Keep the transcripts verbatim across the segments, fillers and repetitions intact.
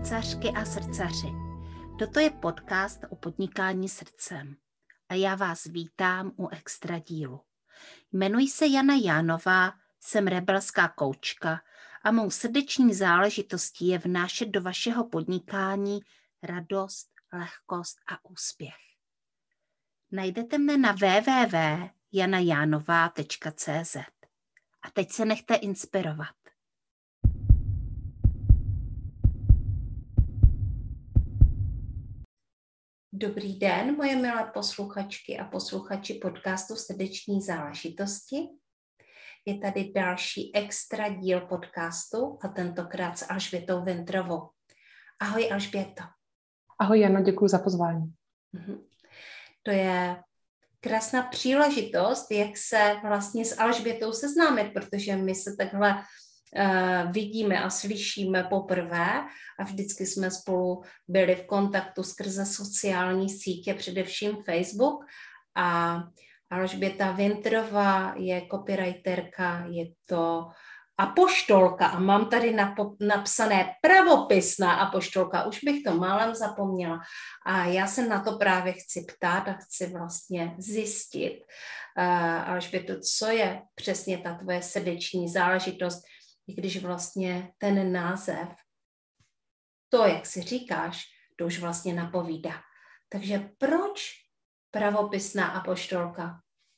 srdcařky a srdcaři. Toto je podcast o podnikání srdcem a já vás vítám u extra dílu. Jmenuji se Jana Jánová, jsem rebelská koučka a mou srdeční záležitostí je vnášet do vašeho podnikání radost, lehkost a úspěch. Najdete mne na w w w tečka jana jánová tečka c z. A teď se nechte inspirovat. Dobrý den, moje milé posluchačky a posluchači podcastu Srdeční záležitosti. Je tady další extra díl podcastu a tentokrát s Alžbětou Vintrovou. Ahoj Alžběto. Ahoj Jano, děkuji za pozvání. To je krásná příležitost, jak se vlastně s Alžbětou seznámit, protože my se takhle uh, vidíme a slyšíme poprvé a vždycky jsme spolu byli v kontaktu skrze sociální sítě, především Facebook, a Alžběta Vintrová je copywriterka, je to apoštolka a mám tady napo- napsané pravopisná apoštolka, už bych to málem zapomněla. A já se na to právě chci ptát a chci vlastně zjistit, uh, Alžběto, co je přesně ta tvoje srdeční záležitost, i když vlastně ten název, to, jak si říkáš, to už vlastně napovídá. Takže proč pravopisná apoštolka?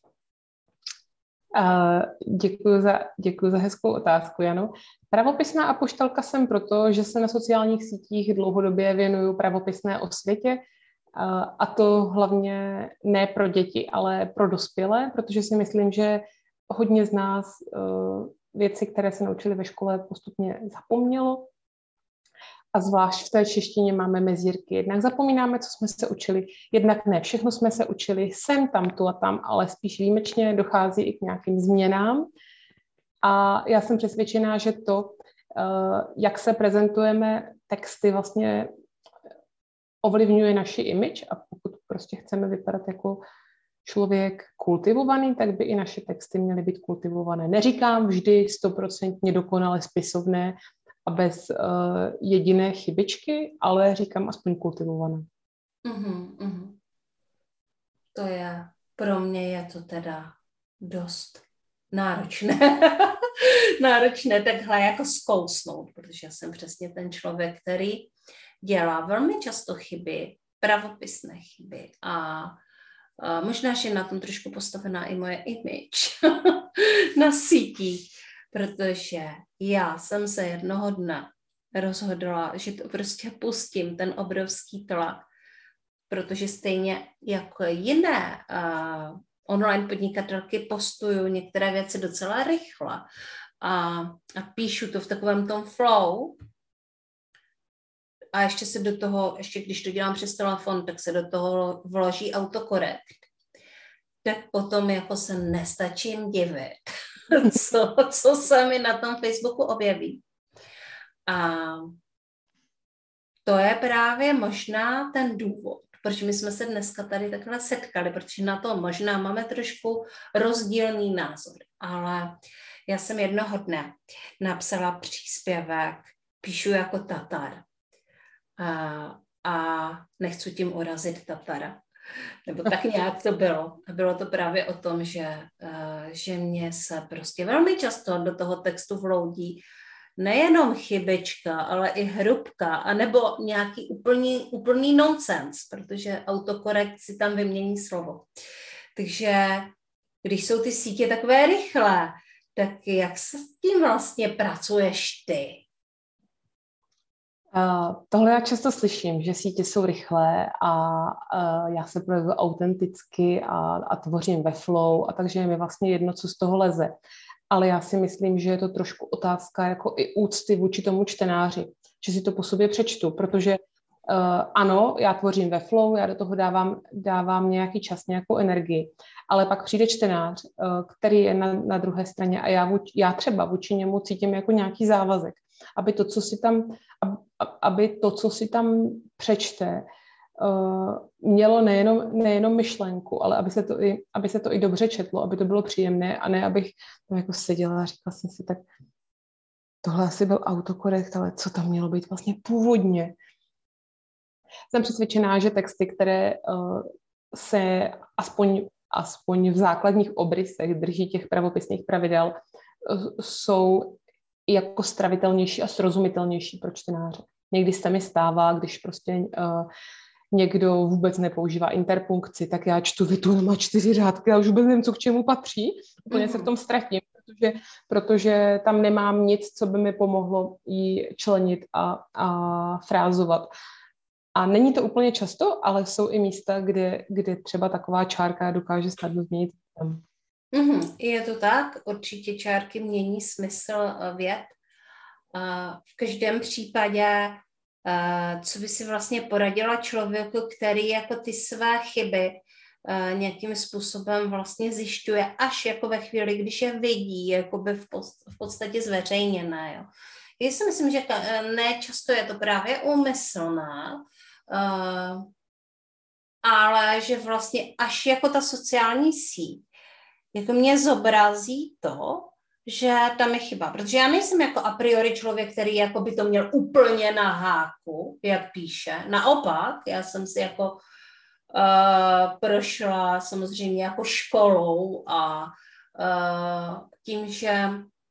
Uh, děkuji za, děkuji za hezkou otázku, Jano. Pravopisná apoštolka jsem proto, že se na sociálních sítích dlouhodobě věnuju pravopisné osvětě, uh, a to hlavně ne pro děti, ale pro dospělé, protože si myslím, že hodně z nás uh, věci, které se naučili ve škole, postupně zapomnělo. A zvlášť v té češtině máme mezírky. Jednak zapomínáme, co jsme se učili, jednak ne všechno jsme se učili, sem, tam, tu a tam, ale spíš výjimečně dochází i k nějakým změnám. A já jsem přesvědčená, že to, jak se prezentujeme texty, vlastně ovlivňuje naši image, a pokud prostě chceme vypadat jako člověk kultivovaný, tak by i naše texty měly být kultivované. Neříkám vždy stoprocentně dokonale spisovné a bez uh, jediné chybičky, ale říkám aspoň kultivované. Uhum, uhum. To je, pro mě je to teda dost náročné. náročné takhle jako zkousnout, protože já jsem přesně ten člověk, který dělá velmi často chyby, pravopisné chyby a, a možná, že je na tom trošku postavená i moje image na sítích, protože já jsem se jednoho dne rozhodla, že to prostě pustím, ten obrovský tlak, protože stejně jako jiné uh, online podnikatelky postuju některé věci docela rychle a, a píšu to v takovém tom flow a ještě se do toho, ještě když to dělám přes telefon, tak se do toho vloží autokorekt. Tak potom jako se nestačím divit, co, co se mi na tom Facebooku objeví. A to je právě možná ten důvod, proč my jsme se dneska tady takhle setkali, protože na to možná máme trošku rozdílný názor. Ale já jsem jednoho dne napsala příspěvek, píšu jako Tatar a, a nechci tím urazit Tatara. Nebo tak nějak to bylo. A bylo to právě o tom, že, uh, že mě se prostě velmi často do toho textu vloudí nejenom chybička, ale i hrubka, anebo nějaký úplný, úplný nonsens, protože autokorekt si tam vymění slovo. Takže když jsou ty sítě takové rychlé, tak jak se s tím vlastně pracuješ ty? Uh, tohle já často slyším, že sítě jsou rychlé a uh, já se projevuji autenticky a, a tvořím ve flow, a takže je mi vlastně jedno, co z toho leze. Ale já si myslím, že je to trošku otázka jako i úcty vůči tomu čtenáři, že si to po sobě přečtu, protože uh, ano, já tvořím ve flow, já do toho dávám, dávám nějaký čas, nějakou energii, ale pak přijde čtenář, uh, který je na, na druhé straně a já, vůči, já třeba vůči němu cítím jako nějaký závazek, aby to, co si tam, aby to, co si tam přečte, uh, mělo nejenom, nejenom myšlenku, ale aby se, to i, aby se to i dobře četlo, aby to bylo příjemné a ne, abych tam jako seděla a říkala jsem si tak, tohle asi byl autokorekt, ale co tam mělo být vlastně původně? Jsem přesvědčená, že texty, které uh, se aspoň, aspoň v základních obrysech drží těch pravopisných pravidel, uh, jsou jako stravitelnější a srozumitelnější pro čtenáře. Někdy se mi stává, když prostě uh, někdo vůbec nepoužívá interpunkci, tak já čtu větu, má čtyři řádky a už vůbec nevím, co k čemu patří. Úplně mm-hmm. se v tom ztratím, protože, protože tam nemám nic, co by mi pomohlo ji členit a, a frázovat. A není to úplně často, ale jsou i místa, kde, kde třeba taková čárka dokáže snadno změnit. Mm-hmm. Je to tak, určitě čárky mění smysl vět. V každém případě, co by si vlastně poradila člověku, který jako ty své chyby nějakým způsobem vlastně zjišťuje až jako ve chvíli, když je vidí jakoby v, post, v podstatě zveřejněné. Jo. Já si myslím, že ne často je to právě úmyslné, uh, ale že vlastně až jako ta sociální síť jako mě zobrazí to, že tam je chyba. Protože já nejsem jako a priori člověk, který jako by to měl úplně na háku, jak píše. Naopak, já jsem si jako uh, prošla samozřejmě jako školou a uh, tím, že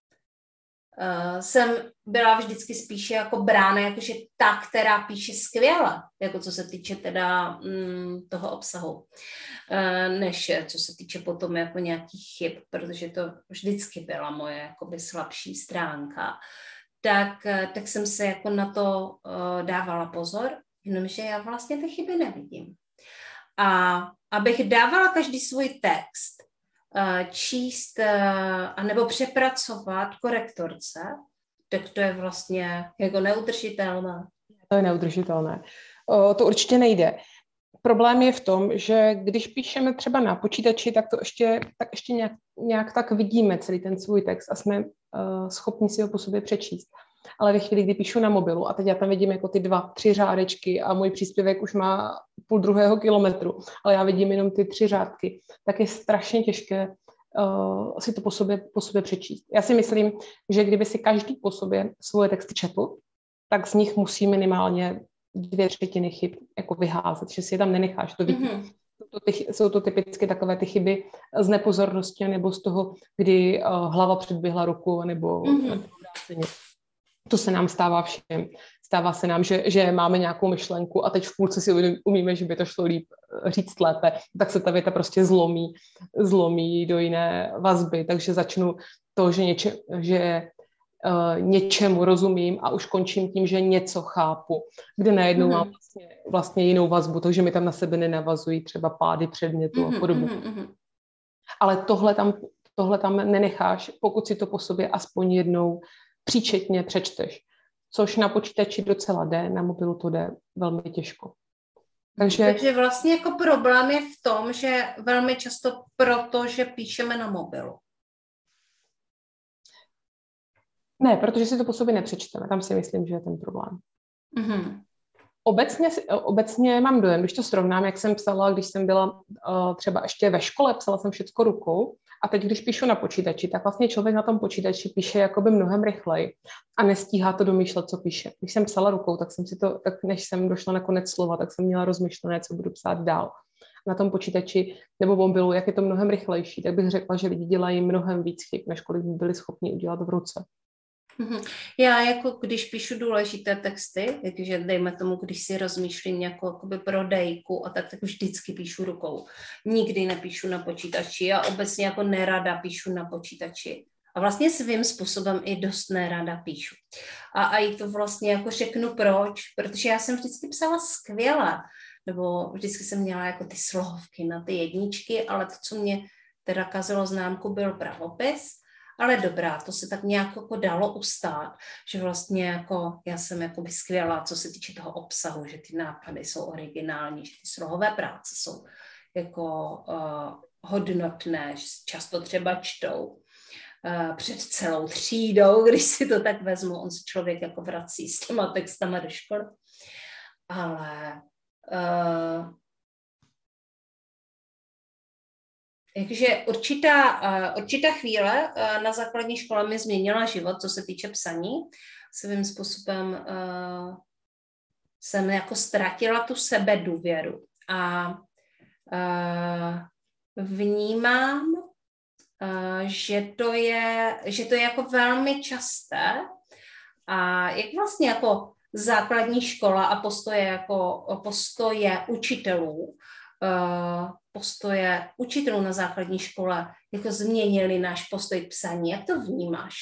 uh, jsem byla vždycky spíše jako brána, jakože ta, která píše skvěle, jako co se týče teda mm, toho obsahu, uh, než co se týče potom jako nějakých chyb, protože to vždycky byla moje jakoby slabší stránka, tak, tak jsem se jako na to uh, dávala pozor, jenomže já vlastně ty chyby nevidím. A abych dávala každý svůj text, uh, číst uh, anebo přepracovat korektorce, tak to je vlastně jako neudržitelné. To je neudržitelné. O, to určitě nejde. Problém je v tom, že když píšeme třeba na počítači, tak to ještě, tak ještě nějak, nějak tak vidíme celý ten svůj text a jsme uh, schopni si ho po sobě přečíst. Ale ve chvíli, kdy píšu na mobilu, a teď já tam vidím jako ty dva, tři řádečky a můj příspěvek už má půl druhého kilometru, ale já vidím jenom ty tři řádky, tak je strašně těžké uh, si to po sobě, po sobě přečíst. Já si myslím, že kdyby si každý po sobě svoje texty četl, tak z nich musí minimálně dvě třetiny chyb jako vyházet, že si je tam nenecháš to vidět. Mm-hmm. Jsou to, ty, jsou to typicky takové ty chyby z nepozornosti nebo z toho, kdy uh, hlava předběhla ruku nebo mm-hmm. To se nám stává všem. Stává se nám, že, že máme nějakou myšlenku a teď v půlce si umíme, že by to šlo líp říct lépe, tak se ta věta prostě zlomí, zlomí do jiné vazby, takže začnu to, že, něče, že uh, něčemu rozumím a už končím tím, že něco chápu, kde najednou mm-hmm. mám vlastně, vlastně jinou vazbu, takže mi tam na sebe nenavazují třeba pády předmětu mm-hmm, a podobně. Mm-hmm. Ale tohle tam, tohle tam nenecháš, pokud si to po sobě aspoň jednou příčetně přečteš, což na počítači docela jde, na mobilu to jde velmi těžko. Takže, Takže vlastně jako problém je v tom, že velmi často proto, že píšeme na mobilu. Ne, protože si to po sobě nepřečteme, tam si myslím, že je ten problém. Mm-hmm. Obecně, obecně mám dojem, když to srovnám, jak jsem psala, když jsem byla uh, třeba ještě ve škole, psala jsem všecko rukou a teď, když píšu na počítači, tak vlastně člověk na tom počítači píše jakoby mnohem rychleji a nestíhá to domýšlet, co píše. Když jsem psala rukou, tak jsem si to, tak než jsem došla na konec slova, tak jsem měla rozmyšlené, co budu psát dál. Na tom počítači nebo mobilu, jak je to mnohem rychlejší, tak bych řekla, že lidi dělají mnohem víc chyb, než kolik by byli schopni udělat v ruce. Já jako když píšu důležité texty, takže dejme tomu, když si rozmýšlím nějakou jakoby prodejku a tak, tak vždycky píšu rukou. Nikdy nepíšu na počítači a obecně jako nerada píšu na počítači. A vlastně svým způsobem i dost nerada píšu. A, a i to vlastně jako řeknu proč, protože já jsem vždycky psala skvěle, nebo vždycky jsem měla jako ty slohovky na ty jedničky, ale to, co mě teda kazilo známku, byl pravopis. Ale dobrá, to se tak nějak jako dalo ustát, že vlastně jako já jsem jako by skvělá, co se týče toho obsahu, že ty nápady jsou originální, že ty slohové práce jsou jako uh, hodnotné, že často třeba čtou uh, před celou třídou, když si to tak vezmu, on se člověk jako vrací s těma textama do školy. Ale uh, Takže určitá, určitá chvíle na základní škole mi změnila život, co se týče psaní. Svým způsobem uh, jsem jako ztratila tu sebedůvěru. A uh, vnímám, uh, že, to je, že to je jako velmi časté. A jak vlastně jako základní škola a postoje, jako postoje učitelů, postoje učitelů na základní škole jako změnili náš postoj k psaní. Jak to vnímáš?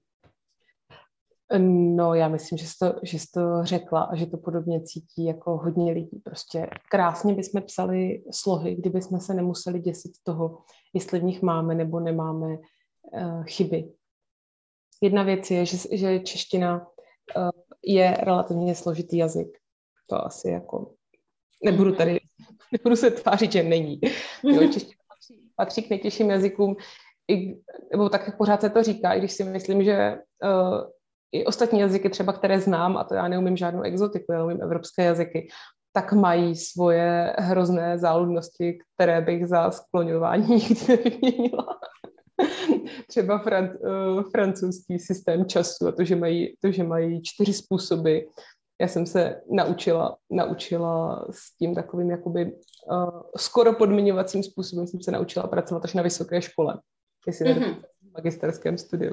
No, já myslím, že jsi to, že jsi to řekla a že to podobně cítí jako hodně lidí. Prostě krásně bychom psali slohy, kdyby jsme se nemuseli děsit toho, jestli v nich máme nebo nemáme uh, chyby. Jedna věc je, že, že čeština uh, je relativně složitý jazyk. To asi jako... Nebudu tady, nebudu se tvářit, že není. Jo, čeština patří, patří k nejtěžším jazykům, i, nebo tak, jak pořád se to říká, i když si myslím, že uh, i ostatní jazyky třeba, které znám, a to já neumím žádnou exotiku, já umím evropské jazyky, tak mají svoje hrozné záludnosti, které bych za skloňování nikdy nevyměnila. Třeba fran, uh, francouzský systém času a to, že mají, to, že mají čtyři způsoby. Já jsem se naučila, naučila s tím takovým jakoby uh, skoro podmiňovacím způsobem jsem se naučila pracovat až na vysoké škole, jestli mm-hmm. v magisterském studiu.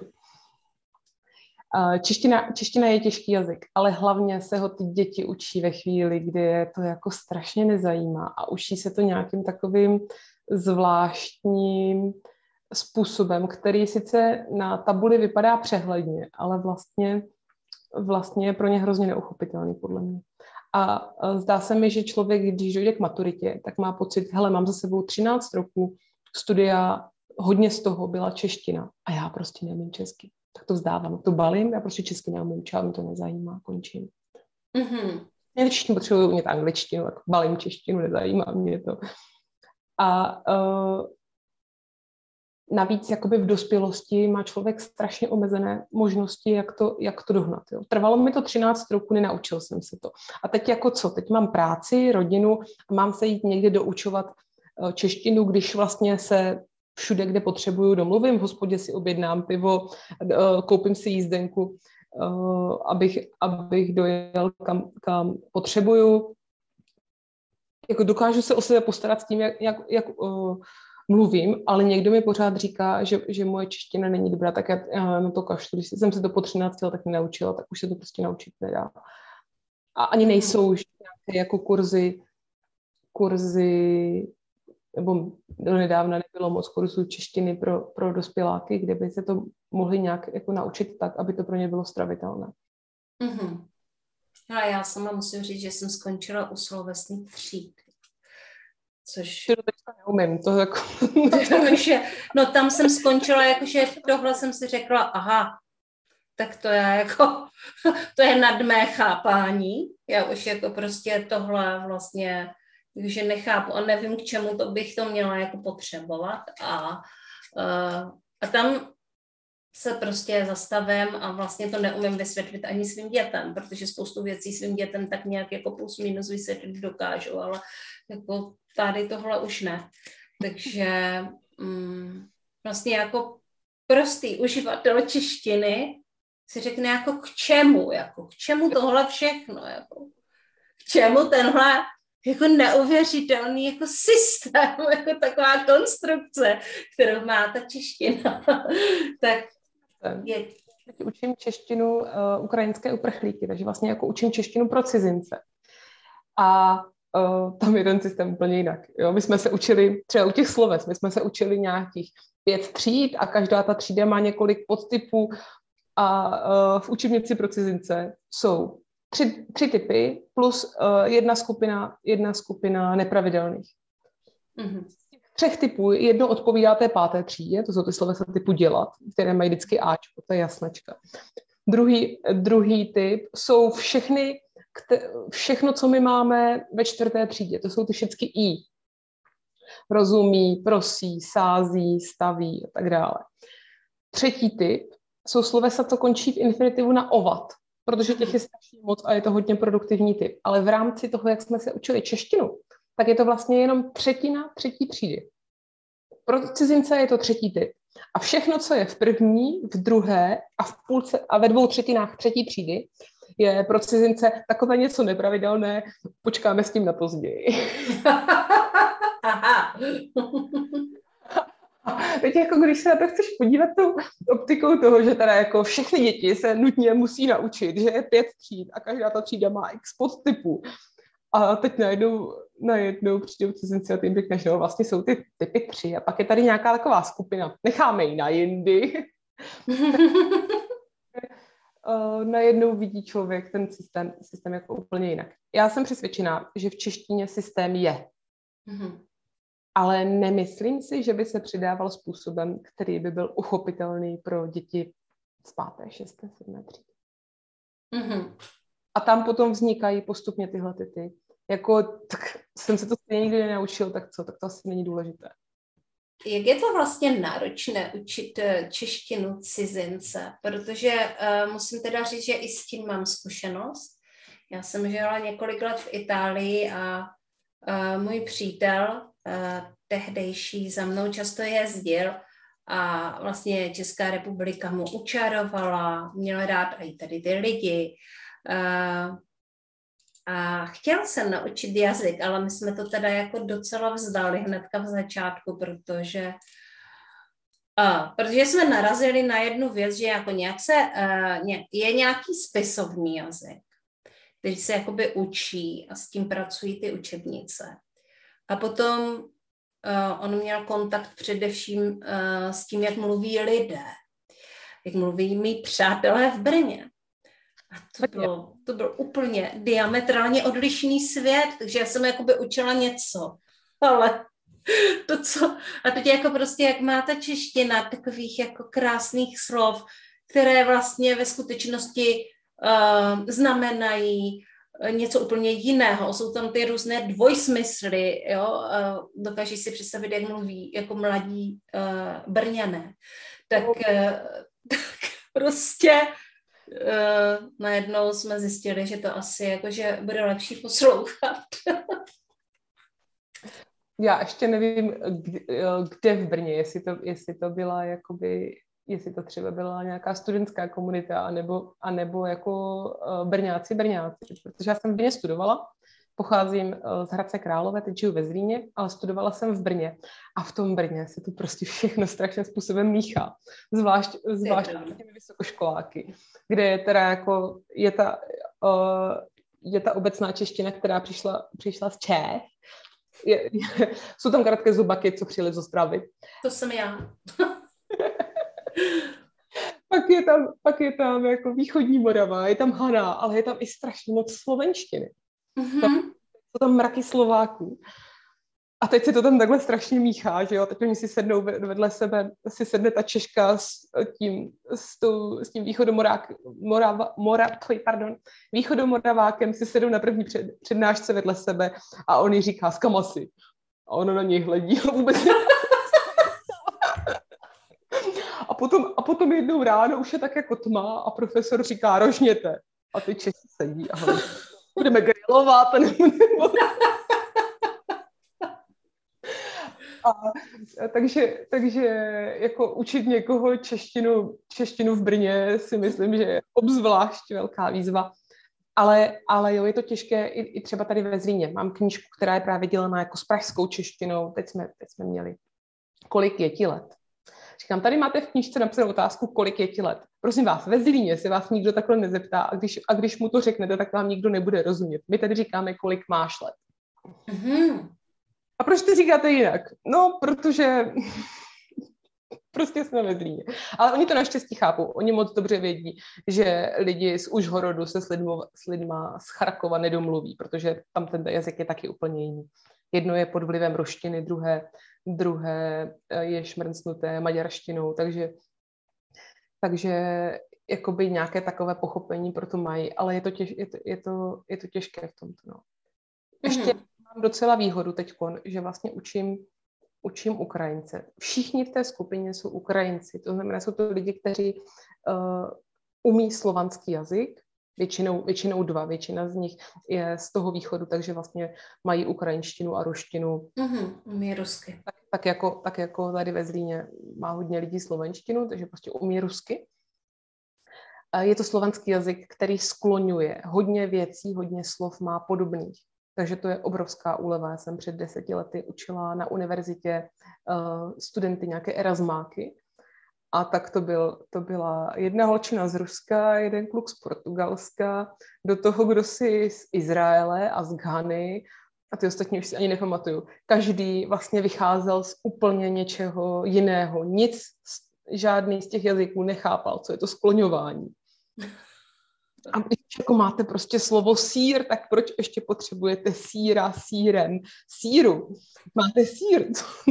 Uh, čeština, čeština je těžký jazyk, ale hlavně se ho ty děti učí ve chvíli, kdy je to jako strašně nezajímá a učí se to nějakým takovým zvláštním způsobem, který sice na tabuli vypadá přehledně, ale vlastně vlastně je pro ně hrozně neuchopitelný, podle mě. A zdá se mi, že člověk, když dojde k maturitě, tak má pocit, hele, mám za sebou třináct roků studia, hodně z toho byla čeština a já prostě neumím česky. Tak to vzdávám, to balím, já prostě česky neumím, čau, mě to nezajímá, končím. Mm-hmm. Já češtinu potřebuji umět angličtinu, tak balím češtinu, nezajímá mě to. A uh, navíc jakoby v dospělosti má člověk strašně omezené možnosti, jak to, jak to dohnat. Jo. Trvalo mi to třináct roků, nenaučil jsem se to. A teď jako co? Teď mám práci, rodinu a mám se jít někde doučovat češtinu, když vlastně se všude, kde potřebuju, domluvím, v hospodě si objednám pivo, koupím si jízdenku, abych, abych dojel kam, kam potřebuju. Jako dokážu se o sebe postarat s tím, jak, jak, jak mluvím, ale někdo mi pořád říká, že, že moje čeština není dobrá, tak já, já na to kašlu. Když jsem se to po třinácti letech nenaučila, tak už se to prostě naučit nedá. A ani nejsou už nějaké jako kurzy, kurzy, nebo do nedávna nebylo moc kurzů češtiny pro, pro dospěláky, kde by se to mohli nějak jako naučit tak, aby to pro ně bylo stravitelné. Mm-hmm. A já sama musím říct, že jsem skončila u slovesní třídy. Což... To teďka neumím, to jako... No tam jsem skončila, jakože tohle jsem si řekla, aha, tak to je jako, to je nad mé chápání. Já už jako prostě tohle vlastně, takže nechápu a nevím, k čemu to bych to měla jako potřebovat. A, a tam se prostě zastavím a vlastně to neumím vysvětlit ani svým dětem, protože spoustu věcí svým dětem tak nějak jako plus minus vysvětlit dokážu, ale jako tady tohle už ne. Takže mm, vlastně jako prostý uživatel češtiny si řekne jako k čemu, jako k čemu tohle všechno, jako k čemu tenhle jako neuvěřitelný jako systém, jako taková konstrukce, kterou má ta čeština. Tak je... Učím češtinu uh, ukrajinské uprchlíky, takže vlastně jako učím češtinu pro cizince. A uh, tam jeden systém úplně jinak. Jo? My jsme se učili, třeba u těch sloves, my jsme se učili nějakých pět tříd a každá ta třída má několik podtypů a uh, v učebnici pro cizince jsou tři, tři typy plus uh, jedna skupina, jedna skupina nepravidelných. Mm-hmm. Třech typů, jedno odpovídá té páté třídě, to jsou ty slovesa typu dělat, které mají vždycky áčko, to je jasnačka. Druhý, druhý typ jsou všechny, všechno, co my máme ve čtvrté třídě, to jsou ty všechny i. Rozumí, prosí, sází, staví a tak dále. Třetí typ jsou slovesa, co končí v infinitivu na ovat, protože těch je strašně moc a je to hodně produktivní typ. Ale v rámci toho, jak jsme se učili češtinu, tak je to vlastně jenom třetina třetí třídy. pro cizince je to třetí typ. A všechno, co je v první, v druhé a v půlce a ve dvou třetinách třetí třídy, je pro cizince takové něco nepravidelné, počkáme s tím na později. Aha. Teď jako když se na to chceš podívat tou optikou toho, že teda jako všechny děti se nutně musí naučit, že je pět tříd a každá ta třída má x podtypů. A teď najednou, najednou přijdou cizinci a ty jim řekneš, no vlastně jsou ty typy tři a pak je tady nějaká taková skupina, necháme ji na jindy. Najednou vidí člověk ten systém, systém jako úplně jinak. Já jsem přesvědčená, že v češtině systém je. Mm-hmm. Ale nemyslím si, že by se přidával způsobem, který by byl uchopitelný pro děti z páté, šesté, sedmé třídy. Mm-hmm. A tam potom vznikají postupně tyhle ty. Jako, tak jsem se to stejně nikdy nenaučil, tak co, tak to asi není důležité. Jak je to vlastně náročné učit češtinu cizince? Protože uh, musím teda říct, že i s tím mám zkušenost. Já jsem žila několik let v Itálii a uh, můj přítel uh, tehdejší za mnou často jezdil a vlastně Česká republika mu učarovala, měl rád i tady ty lidi. Uh, a chtěl jsem naučit jazyk, ale my jsme to teda jako docela vzdali hnedka v začátku, protože, uh, protože jsme narazili na jednu věc, že jako nějak se, uh, ně, je nějaký spisovný jazyk, který se jakoby učí a s tím pracují ty učebnice. A potom uh, on měl kontakt především uh, s tím, jak mluví lidé, jak mluví mý přátelé v Brně. A to bylo, to byl úplně diametrálně odlišný svět, takže já jsem jakoby učila něco, ale to, co... A teď jako prostě, jak má ta čeština takových jako krásných slov, které vlastně ve skutečnosti uh, znamenají něco úplně jiného. Jsou tam ty různé dvojsmysly, jo, uh, dokáží si představit, jak mluví jako mladí uh, Brňané. Tak, uh, tak prostě... Uh, najednou jsme zjistili, že to asi jakože bude lepší poslouchat. Já ještě nevím, kde v Brně, jestli to, jestli to byla jakoby, jestli to třeba byla nějaká studentská komunita, anebo, anebo jako uh, Brňáci, Brňáci, protože já jsem v Brně studovala, pocházím z Hradce Králové, teď žiju ve Zlíně, ale studovala jsem v Brně. A v tom Brně se to prostě všechno strašným způsobem míchá. Zvlášť, zvlášť těmi vysokoškoláky, kde je teda jako, je ta, uh, je ta obecná čeština, která přišla, přišla z Čech. Je, je, jsou tam krátké zubaky, co přijeli z Ostravy. To jsem já. Pak je tam, pak je tam jako východní Morava, je tam Haná, ale je tam i strašně moc slovenštiny. Mm-hmm. Tam, jsou tam mraky Slováků. A teď se to tam takhle strašně míchá, že jo? Teď oni si sednou vedle sebe, si sedne ta Češka s tím, s, tou, s tím východomorák, morava, mora, pardon, východomoravákem si sedou na první před, přednášce vedle sebe a on jí říká, s kam asi? A ona na něj hledí a vůbec ne. A potom, a potom jednou ráno už je tak jako tma a profesor říká, rožněte. A ty Češi sedí a hledí. Budeme grilovat. A, takže, takže jako učit někoho češtinu, češtinu v Brně si myslím, že je obzvlášť velká výzva. Ale, ale jo, je to těžké i, i třeba tady ve Zlíně. Mám knížku, která je právě dělaná jako s pražskou češtinou. Teď jsme, teď jsme měli, kolik je ti let. Říkám, tady máte v knížce napsanou otázku, kolik je ti let. Prosím vás, ve Zlíně se vás nikdo takhle nezeptá a když, a když mu to řeknete, tak vám nikdo nebude rozumět. My tady říkáme, kolik máš let. Mm-hmm. A proč to říkáte jinak? No, protože prostě jsme ve Zlíně. Ale oni to naštěstí chápou. Oni moc dobře vědí, že lidi z Užhorodu se s, lidmo, s lidma z Charkova nedomluví, protože tam ten jazyk je taky úplně jiný. Jedno je pod vlivem ruštiny, druhé, druhé je šmrncnuté maďarštinou, takže, takže jakoby nějaké takové pochopení pro to mají, ale je to, těž, je to, je to, je to těžké v tomto. No. Ještě mm-hmm. mám docela výhodu teďkon, že vlastně učím, učím Ukrajince. Všichni v té skupině jsou Ukrajinci, to znamená, jsou to lidi, kteří uh, umí slovanský jazyk, Většinou, většinou dva, většina z nich je z toho východu, takže vlastně mají ukrajinštinu a ruštinu. Mhm, umí rusky. Tak, tak, jako, tak jako tady ve Zlíně má hodně lidí slovenštinu, takže prostě umí rusky. Je to slovanský jazyk, který skloňuje hodně věcí, hodně slov má podobných. Takže to je obrovská úleva. Já jsem před deseti lety učila na univerzitě uh, studenty nějaké erasmáky. A tak to, byl, to byla jedna holčina z Ruska, jeden kluk z Portugalska, do toho, kdo si z Izraele a z Ghany, a ty ostatní už si ani nepamatuju. Každý vlastně vycházel z úplně něčeho jiného. Nic, žádný z těch jazyků nechápal, co je to skloňování. A když jako máte prostě slovo sír, tak proč ještě potřebujete síra, síren, síru? Máte sír.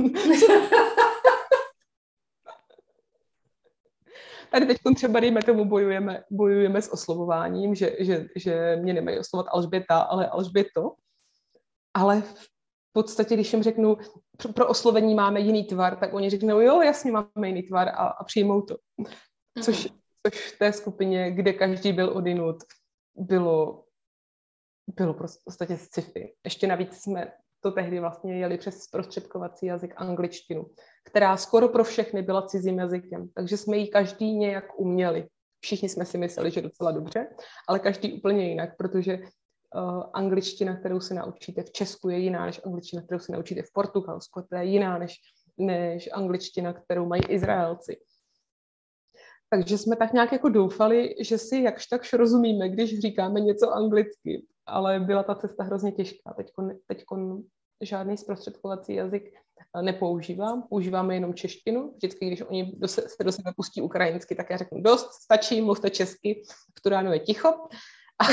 Tady teď třeba, dejme tomu, bojujeme, bojujeme s oslovováním, že, že, že mě nemají oslovovat Alžběta, ale Alžběto. Ale v podstatě, když jim řeknu, pro, pro oslovení máme jiný tvar, tak oni řeknou, jo, jasně, máme jiný tvar a, a přijmou to. Což, což v té skupině, kde každý byl odinut, bylo, bylo prostě v podstatě sci-fi. Ještě navíc jsme to tehdy vlastně jeli přes zprostředkovací jazyk angličtinu, která skoro pro všechny byla cizím jazykem, takže jsme ji každý nějak uměli. Všichni jsme si mysleli, že docela dobře, ale každý úplně jinak, protože uh, angličtina, kterou se naučíte v Česku, je jiná než angličtina, kterou se naučíte v Portugalsku, to je jiná než, než angličtina, kterou mají Izraelci. Takže jsme tak nějak jako doufali, že si jakž takž rozumíme, když říkáme něco anglicky, ale byla ta cesta hrozně těžká. Teďkon, teďkon žádný zprostředkovací jazyk nepoužívám, používáme jenom češtinu. Vždycky, když oni do se, se do sebe pustí ukrajinsky, tak já řeknu dost, stačí, mluvte česky, v tu ránu je ticho. A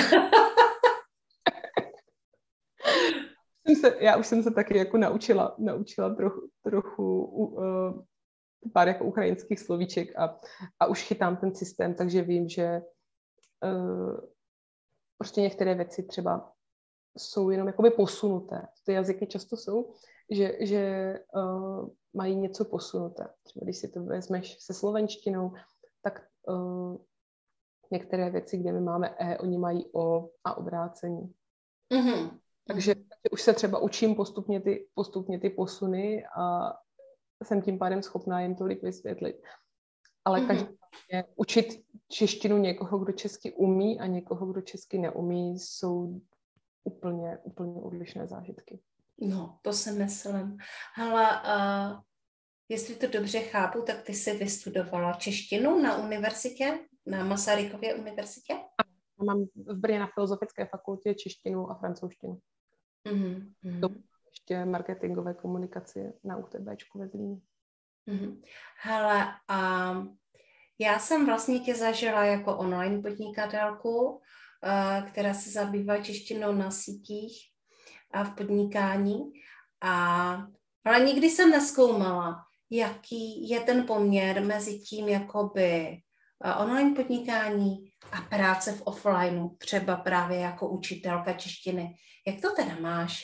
já už jsem se taky jako naučila, naučila trochu, trochu uh, pár jako ukrajinských slovíček a, a už chytám ten systém, takže vím, že uh, prostě některé věci třeba jsou jenom jakoby posunuté. Ty jazyky často jsou, že, že uh, mají něco posunuté. Třeba když si to vezmeš se slovenštinou, tak uh, některé věci, kde my máme E, oni mají O a obrácení. Mm-hmm. Takže, takže už se třeba učím postupně ty, postupně ty posuny a jsem tím pádem schopná jim to líp vysvětlit. Ale mm-hmm. každý učit češtinu někoho, kdo česky umí a někoho, kdo česky neumí, jsou úplně, úplně odlišné zážitky. No, to si myslím. Hele, uh, jestli to dobře chápu, tak ty jsi vystudovala češtinu na univerzitě, na Masarykově univerzitě? A mám v Brně na Filozofické fakultě češtinu a francouzštinu. Mm-hmm. To ještě marketingové komunikace na UTBčku ve Zlíně. Mm-hmm. Hele, a uh, já jsem vlastně tě zažila jako online podnikatelku, která se zabývá češtinou na sítích a v podnikání. A, ale nikdy jsem nezkoumala, jaký je ten poměr mezi tím jakoby online podnikání a práce v offlineu, třeba právě jako učitelka češtiny. Jak to teda máš?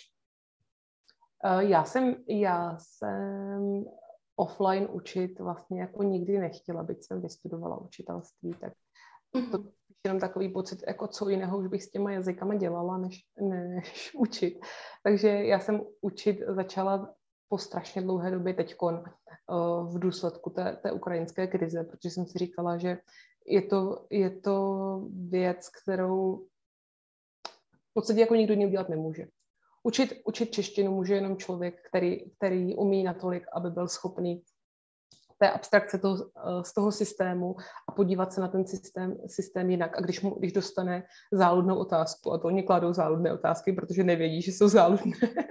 Já jsem, já jsem offline učit vlastně jako nikdy nechtěla, byť jsem vystudovala učitelství, tak to jenom takový pocit, jako co jiného už bych s těma jazykama dělala, než, než učit. Takže já jsem učit začala po strašně dlouhé době teďkon uh, v důsledku té, té ukrajinské krize, protože jsem si říkala, že je to, je to věc, kterou v podstatě jako nikdo jiný udělat nemůže. Učit, učit češtinu může jenom člověk, který, který umí natolik, aby byl schopný té abstrakce toho, z toho systému a podívat se na ten systém, systém jinak. A když, mu, když dostane záludnou otázku, a to oni kladou záludné otázky, protože nevědí, že jsou záludné,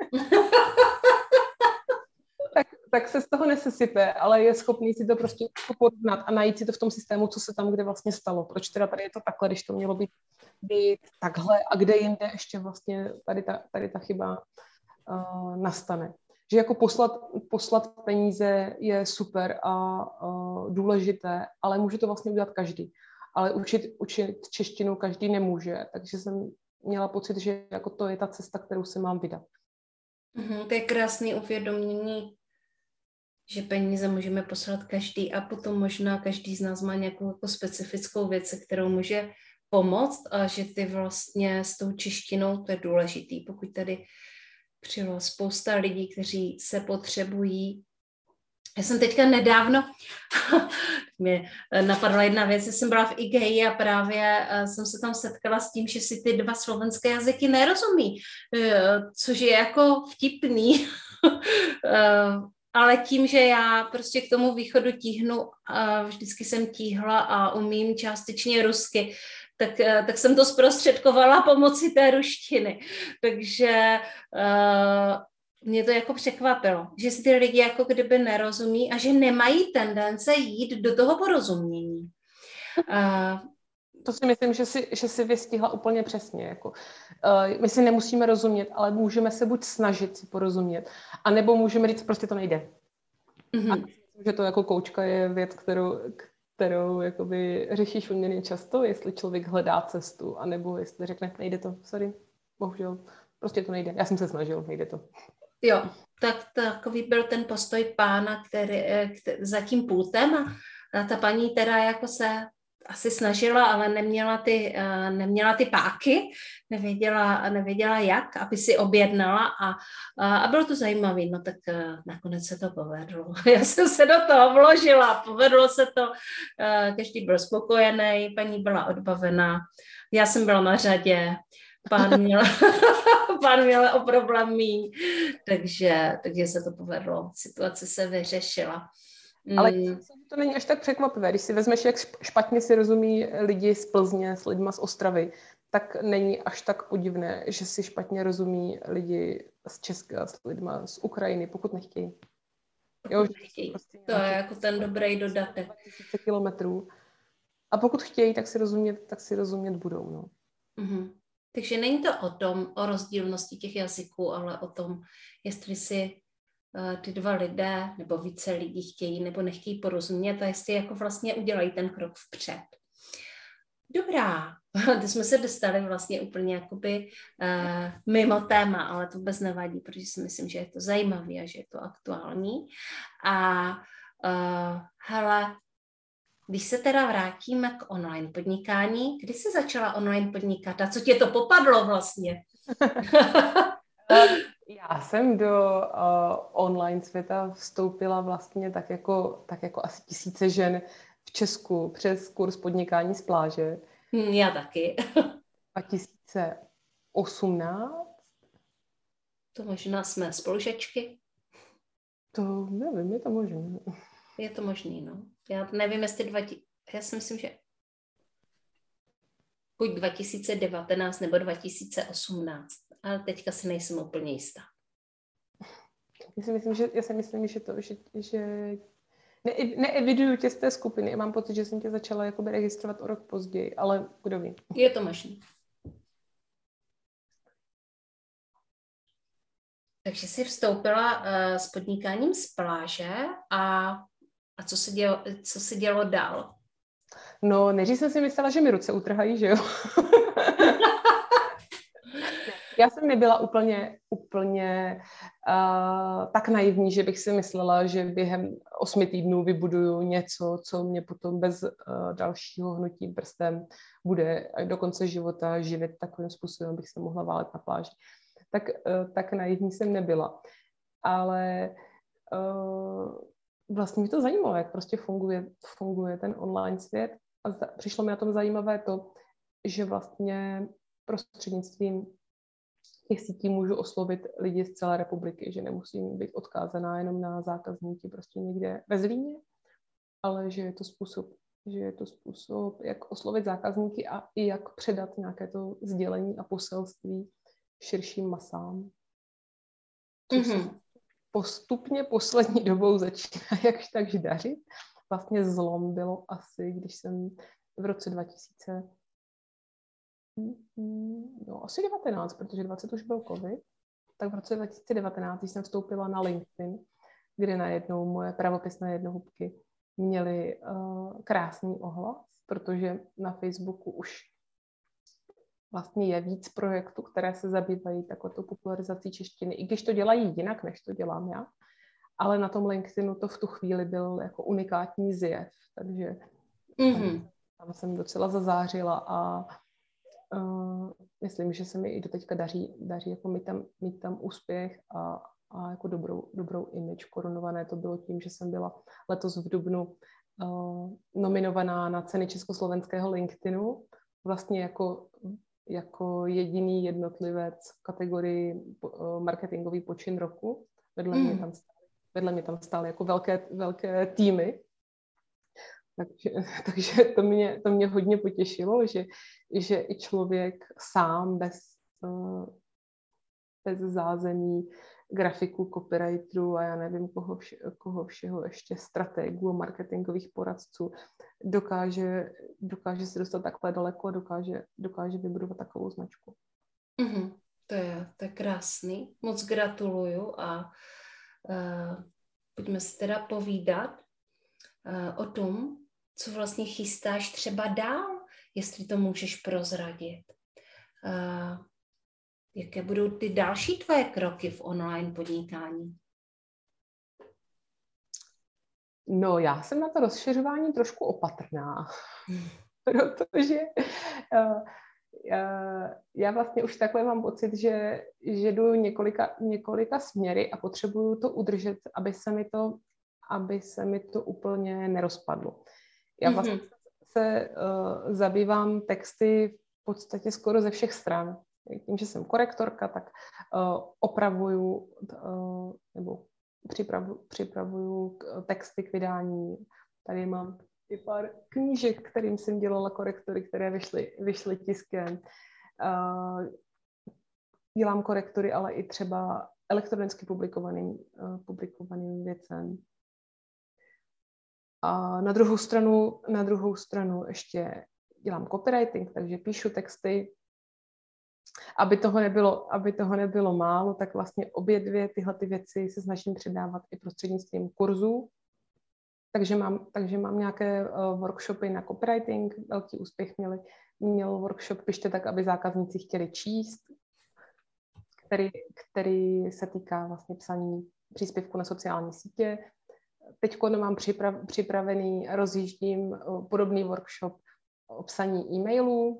tak, tak se z toho nesesype, ale je schopný si to prostě porovnat a najít si to v tom systému, co se tam kde vlastně stalo. Proč teda tady je to takhle, když to mělo být, být takhle a kde jinde ještě vlastně tady ta, tady ta chyba uh, nastane. Že jako poslat, poslat peníze je super a uh, důležité, ale může to vlastně udělat každý. Ale učit, učit češtinu každý nemůže, takže jsem měla pocit, že jako to je ta cesta, kterou se mám vydat. Mm-hmm, to je krásné uvědomění, že peníze můžeme poslat každý a potom možná každý z nás má nějakou jako specifickou věc, kterou může pomoct a že ty vlastně s tou češtinou, to je důležitý, pokud tady přijelo spousta lidí, kteří se potřebují. Já jsem teďka nedávno, mě napadla jedna věc, jsem byla v IGEI a právě jsem se tam setkala s tím, že si ty dva slovenské jazyky nerozumí, což je jako vtipný. Ale tím, že já prostě k tomu východu tíhnu, a vždycky jsem tíhla a umím částečně rusky, tak, tak jsem to zprostředkovala pomocí té ruštiny. Takže uh, mě to jako překvapilo, že si ty lidi jako kdyby nerozumí a že nemají tendence jít do toho porozumění. Uh, To si myslím, že si, že si vystihla úplně přesně. Jako. Uh, my si nemusíme rozumět, ale můžeme se buď snažit si porozumět, anebo můžeme říct, prostě to nejde. Mm-hmm. A myslím, že to jako koučka je věc, kterou, kterou jakoby řešíš poměrně často, jestli člověk hledá cestu, anebo jestli řekne, nejde to, sorry, bohužel, prostě to nejde. Já jsem se snažil, nejde to. Jo, tak takový byl ten postoj pána, který, který za tím pultem a ta paní teda jako se asi snažila, ale neměla ty, neměla ty páky, nevěděla, nevěděla jak, aby si objednala a, a bylo to zajímavé, no tak nakonec se to povedlo. Já jsem se do toho vložila, povedlo se to, každý byl spokojený, paní byla odbavená, já jsem byla na řadě, pán měl, pán měl o problém míň, takže, takže se to povedlo, situace se vyřešila. Ale to není až tak překvapivé. Když si vezmeš, jak špatně si rozumí lidi z Plzně s lidma z Ostravy, tak není až tak podivné, že si špatně rozumí lidi z Česka s lidma z Ukrajiny, pokud nechtějí. Jo, pokud nechtějí. Prostě to je jako ten dobrý dodatek. tisíce kilometrů. A pokud chtějí, tak si rozumět, tak si rozumět budou. No. Mm-hmm. Takže není to o tom, o rozdílnosti těch jazyků, ale o tom, jestli si ty dva lidé nebo více lidí chtějí nebo nechtějí porozumět a jestli jako vlastně udělají ten krok vpřed. Dobrá, teď jsme se dostali vlastně úplně jakoby uh, mimo téma, ale to vůbec nevadí, protože si myslím, že je to zajímavé a že je to aktuální. A uh, hele, když se teda vrátíme k online podnikání, kdy jsi začala online podnikat a co tě to popadlo vlastně? Já jsem do uh, online světa vstoupila vlastně tak jako, tak jako asi tisíce žen v Česku přes kurz podnikání z pláže. Hmm, já taky. dva tisíce osmnáct To možná jsme spolužačky. To nevím, je to možné. Je to možný, no. Já nevím, jestli dva, já si myslím, že buď dva tisíce devatenáct nebo dva tisíce osmnáct, ale teďka si nejsem úplně jistá. Já si myslím, že, já si myslím, že to, že, že ne, neeviduju tě z té skupiny a mám pocit, že jsem tě začala jakoby registrovat o rok později, ale kdo ví. Je to možný. Takže jsi vstoupila uh, s podnikáním z pláže a, a co se dělo, co se dělo dál? No, nejdřív jsem si myslela, že mi ruce utrhají, že jo? Já jsem nebyla úplně, úplně uh, tak naivní, že bych si myslela, že během osmi týdnů vybuduju něco, co mě potom bez uh, dalšího hnutí prstem bude do konce života živit takovým způsobem, abych se mohla válet na pláži. Tak, uh, tak naivní jsem nebyla. Ale uh, vlastně mi to zajímalo, jak prostě funguje, funguje ten online svět. A za, přišlo mi na tom zajímavé to, že vlastně prostřednictvím těch sítí můžu oslovit lidi z celé republiky, že nemusím být odkázaná jenom na zákazníky prostě někde ve Zlíně, ale že je to způsob, že je to způsob, jak oslovit zákazníky a i jak předat nějaké to sdělení a poselství širším masám. Což mm-hmm. se postupně poslední dobou začíná jakž takž dařit. Vlastně zlom bylo asi, když jsem v roce dva tisíce No, asi devatenáct, protože dvacet už byl covid, tak v roce dva tisíce devatenáct, když jsem vstoupila na LinkedIn, kde najednou moje pravopisné jednohubky měly uh, krásný ohlas, protože na Facebooku už vlastně je víc projektů, které se zabývají takovou popularizací češtiny, i když to dělají jinak, než to dělám já, ale na tom LinkedInu to v tu chvíli byl jako unikátní zjev, takže mm-hmm. tam jsem docela zazářila a uh, myslím, že se mi i doteďka daří, daří jako mít tam, mít tam úspěch a, a jako dobrou, dobrou image. Korunované to bylo tím, že jsem byla letos v dubnu uh, nominovaná na ceny československého LinkedInu, vlastně jako, jako jediný jednotlivec v kategorii uh, marketingový počin roku. Vedle, mm. mě tam stály, vedle mě tam stály jako velké, velké týmy. Takže, takže to, mě, to mě hodně potěšilo, že, že i člověk sám bez, uh, bez zázemí grafiků, copywriterů a já nevím koho, vše, koho všeho ještě strategů, marketingových poradců dokáže, dokáže se dostat takhle daleko a dokáže, dokáže vybudovat takovou značku. Mm-hmm. To je, to je krásný. Moc gratuluju a uh, pojďme si teda povídat uh, o tom, co vlastně chystáš třeba dál, jestli to můžeš prozradit. Uh, jaké budou ty další tvoje kroky v online podnikání? No, já jsem na to rozšiřování trošku opatrná, hmm. protože uh, uh, já vlastně už takhle mám pocit, že, že jdu několika, několika směry a potřebuju to udržet, aby se mi to, aby se mi to úplně nerozpadlo. Já vlastně mm-hmm. se uh, zabývám texty v podstatě skoro ze všech stran. Tím, že jsem korektorka, tak uh, opravuju uh, nebo připravu, připravuju texty k vydání. Tady mám i pár knížek, kterým jsem dělala korektory, které vyšly, vyšly tiskem. Uh, dělám korektory, ale i třeba elektronicky publikovaným, uh, publikovaným věcem. A na druhou stranu, na druhou stranu ještě dělám copywriting, takže píšu texty. Aby toho nebylo, aby toho nebylo málo, tak vlastně obě dvě tyhle ty věci se snažím předávat i prostřednictvím kurzů. Takže mám, takže mám nějaké uh, workshopy na copywriting, velký úspěch měli, měl workshop Pište tak, aby zákazníci chtěli číst, který, který se týká vlastně psaní příspěvku na sociální sítě. Teď mám připrav, připravený, rozjíždím uh, podobný workshop o psaní e-mailů.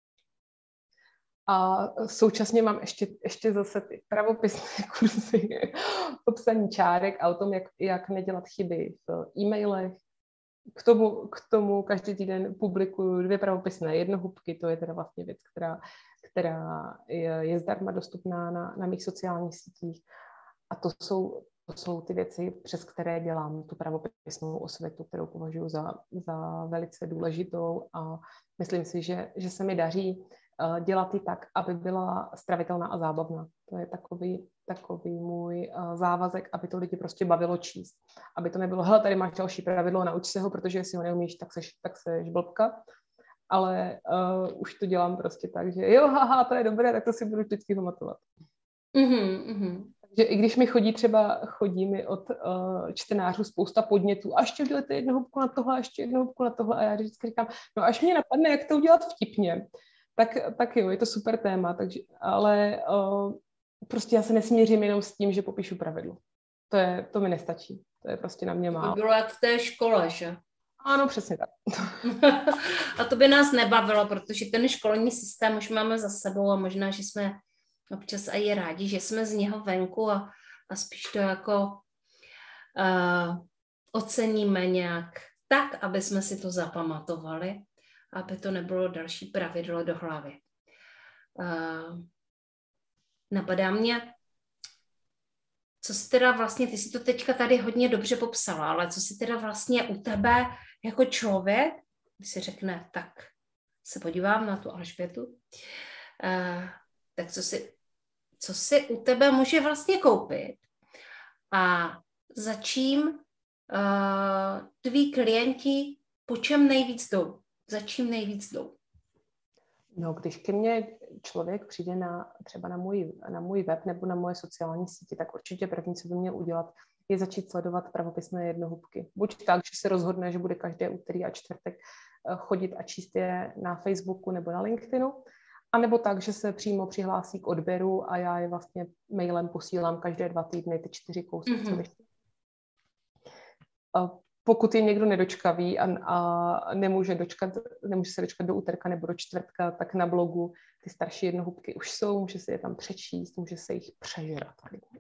A současně mám ještě, ještě zase ty pravopisné kurzy o psaní čárek a o tom, jak, jak nedělat chyby v e-mailech. K tomu, k tomu každý týden publikuju dvě pravopisné jednohubky, to je teda vlastně věc, která, která je, je zdarma dostupná na, na mých sociálních sítích. A to jsou, to jsou ty věci, přes které dělám tu pravopisnou osvětu, kterou považuji za, za velice důležitou a myslím si, že, že se mi daří dělat ji tak, aby byla stravitelná a zábavná. To je takový, takový můj závazek, aby to lidi prostě bavilo číst. Aby to nebylo, hele, tady máš další pravidlo, nauč se ho, protože jestli ho neumíš, tak seš, tak seš blbka. Ale uh, už to dělám prostě tak, že jo, haha, to je dobré, tak to si budu vždycky pamatovat. Mm-hmm, mm-hmm. Takže i když mi chodí třeba, chodí mi od uh, čtenářů spousta podnětů, a ještě udělejte jednu hubku na tohle, a ještě jednu hubku na tohle, a já vždycky říkám, no až mě napadne, jak to udělat vtipně, tak, tak jo, je to super téma, takže, ale uh, prostě já se nesmířím jenom s tím, že popíšu pravidlo. To, je, to mi nestačí, to je prostě na mě málo. To bylo jak v té škole, že? Ano, přesně tak. A to by nás nebavilo, protože ten školní systém už máme za sebou a možná, že jsme občas i rádi, že jsme z něho venku a, a spíš to jako uh, oceníme nějak tak, aby jsme si to zapamatovali, aby to nebylo další pravidlo do hlavy. Uh, napadá mě, co si teda vlastně, ty jsi to teďka tady hodně dobře popsala, ale co si teda vlastně u tebe jako člověk, když si řekne, tak se podívám na tu Alžbětu, uh, tak co si, co si u tebe může vlastně koupit a za čím uh, tví klienti po čem nejvíc jdou? Za čím nejvíc jdou? No, když ke mně člověk přijde na, třeba na můj, na můj web nebo na moje sociální sítě, tak určitě první, co by měl udělat, je začít sledovat pravopisné jednohubky. Buď tak, že se rozhodne, že bude každé úterý a čtvrtek chodit a číst je na Facebooku nebo na LinkedInu, anebo tak, že se přímo přihlásí k odběru a já je vlastně mailem posílám každé dva týdny ty čtyři kousky, mm-hmm. co vyšly. pokud je někdo nedočkavý a, a nemůže, dočkat, nemůže se dočkat do úterka nebo do čtvrtka, tak na blogu ty starší jednohubky už jsou, může si je tam přečíst, může se jich přežrat.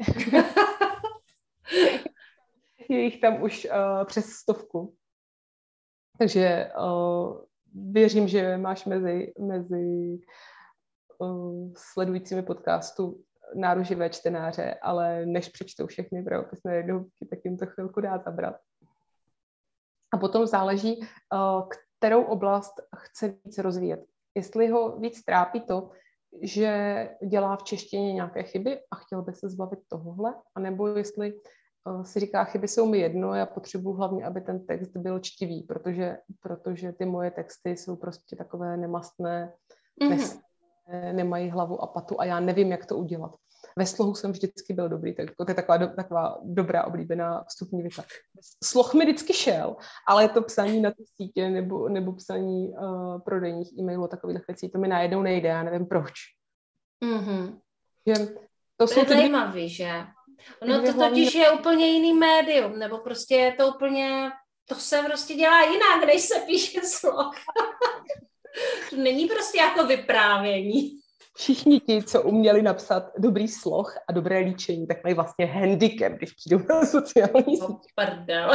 Je jich tam už uh, přes stovku. Takže uh, věřím, že máš mezi, mezi uh, sledujícími podcastu náruživé čtenáře, ale než přečtou všechny pravopisné jednohubky, tak jim to chvilku dá zabrat. A potom záleží, uh, kterou oblast chce víc rozvíjet. Jestli ho víc trápí to, že dělá v češtině nějaké chyby a chtěl by se zbavit tohohle, anebo jestli uh, si říká, chyby jsou mi jedno, já potřebuji hlavně, aby ten text byl čtivý, protože, protože ty moje texty jsou prostě takové nemastné, mm-hmm. nes, nemají hlavu a patu a já nevím, jak to udělat. Ve slohu jsem vždycky byl dobrý, tak to je taková, do, taková dobrá oblíbená vstupní věta. Sloh mi vždycky šel, ale to psaní na ty sítě nebo, nebo psaní uh, prodejních e-mailů a takových věcí, to mi najednou nejde, já nevím proč. Mm-hmm. Že to, to je zajímavý, že? No to totiž je úplně jiný médium, nebo prostě je to úplně, to se prostě dělá jinak, než se píše sloh. To není prostě jako vyprávění. Všichni ti, co uměli napsat dobrý sloh a dobré líčení, tak mají vlastně handicap, když přijdou na sociální sítě. Oh, pardel.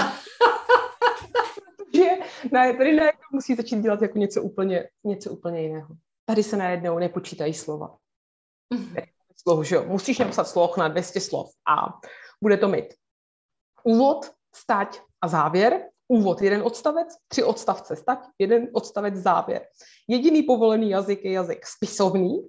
Že tady najednou musí začít dělat jako něco úplně, něco úplně jiného. Tady se najednou nepočítají slova. Mm-hmm. Sloh, že jo? Musíš napsat sloh na dvě stě slov a bude to mít úvod, stať a závěr. Úvod jeden odstavec, tři odstavce stať, jeden odstavec závěr. Jediný povolený jazyk je jazyk spisovný.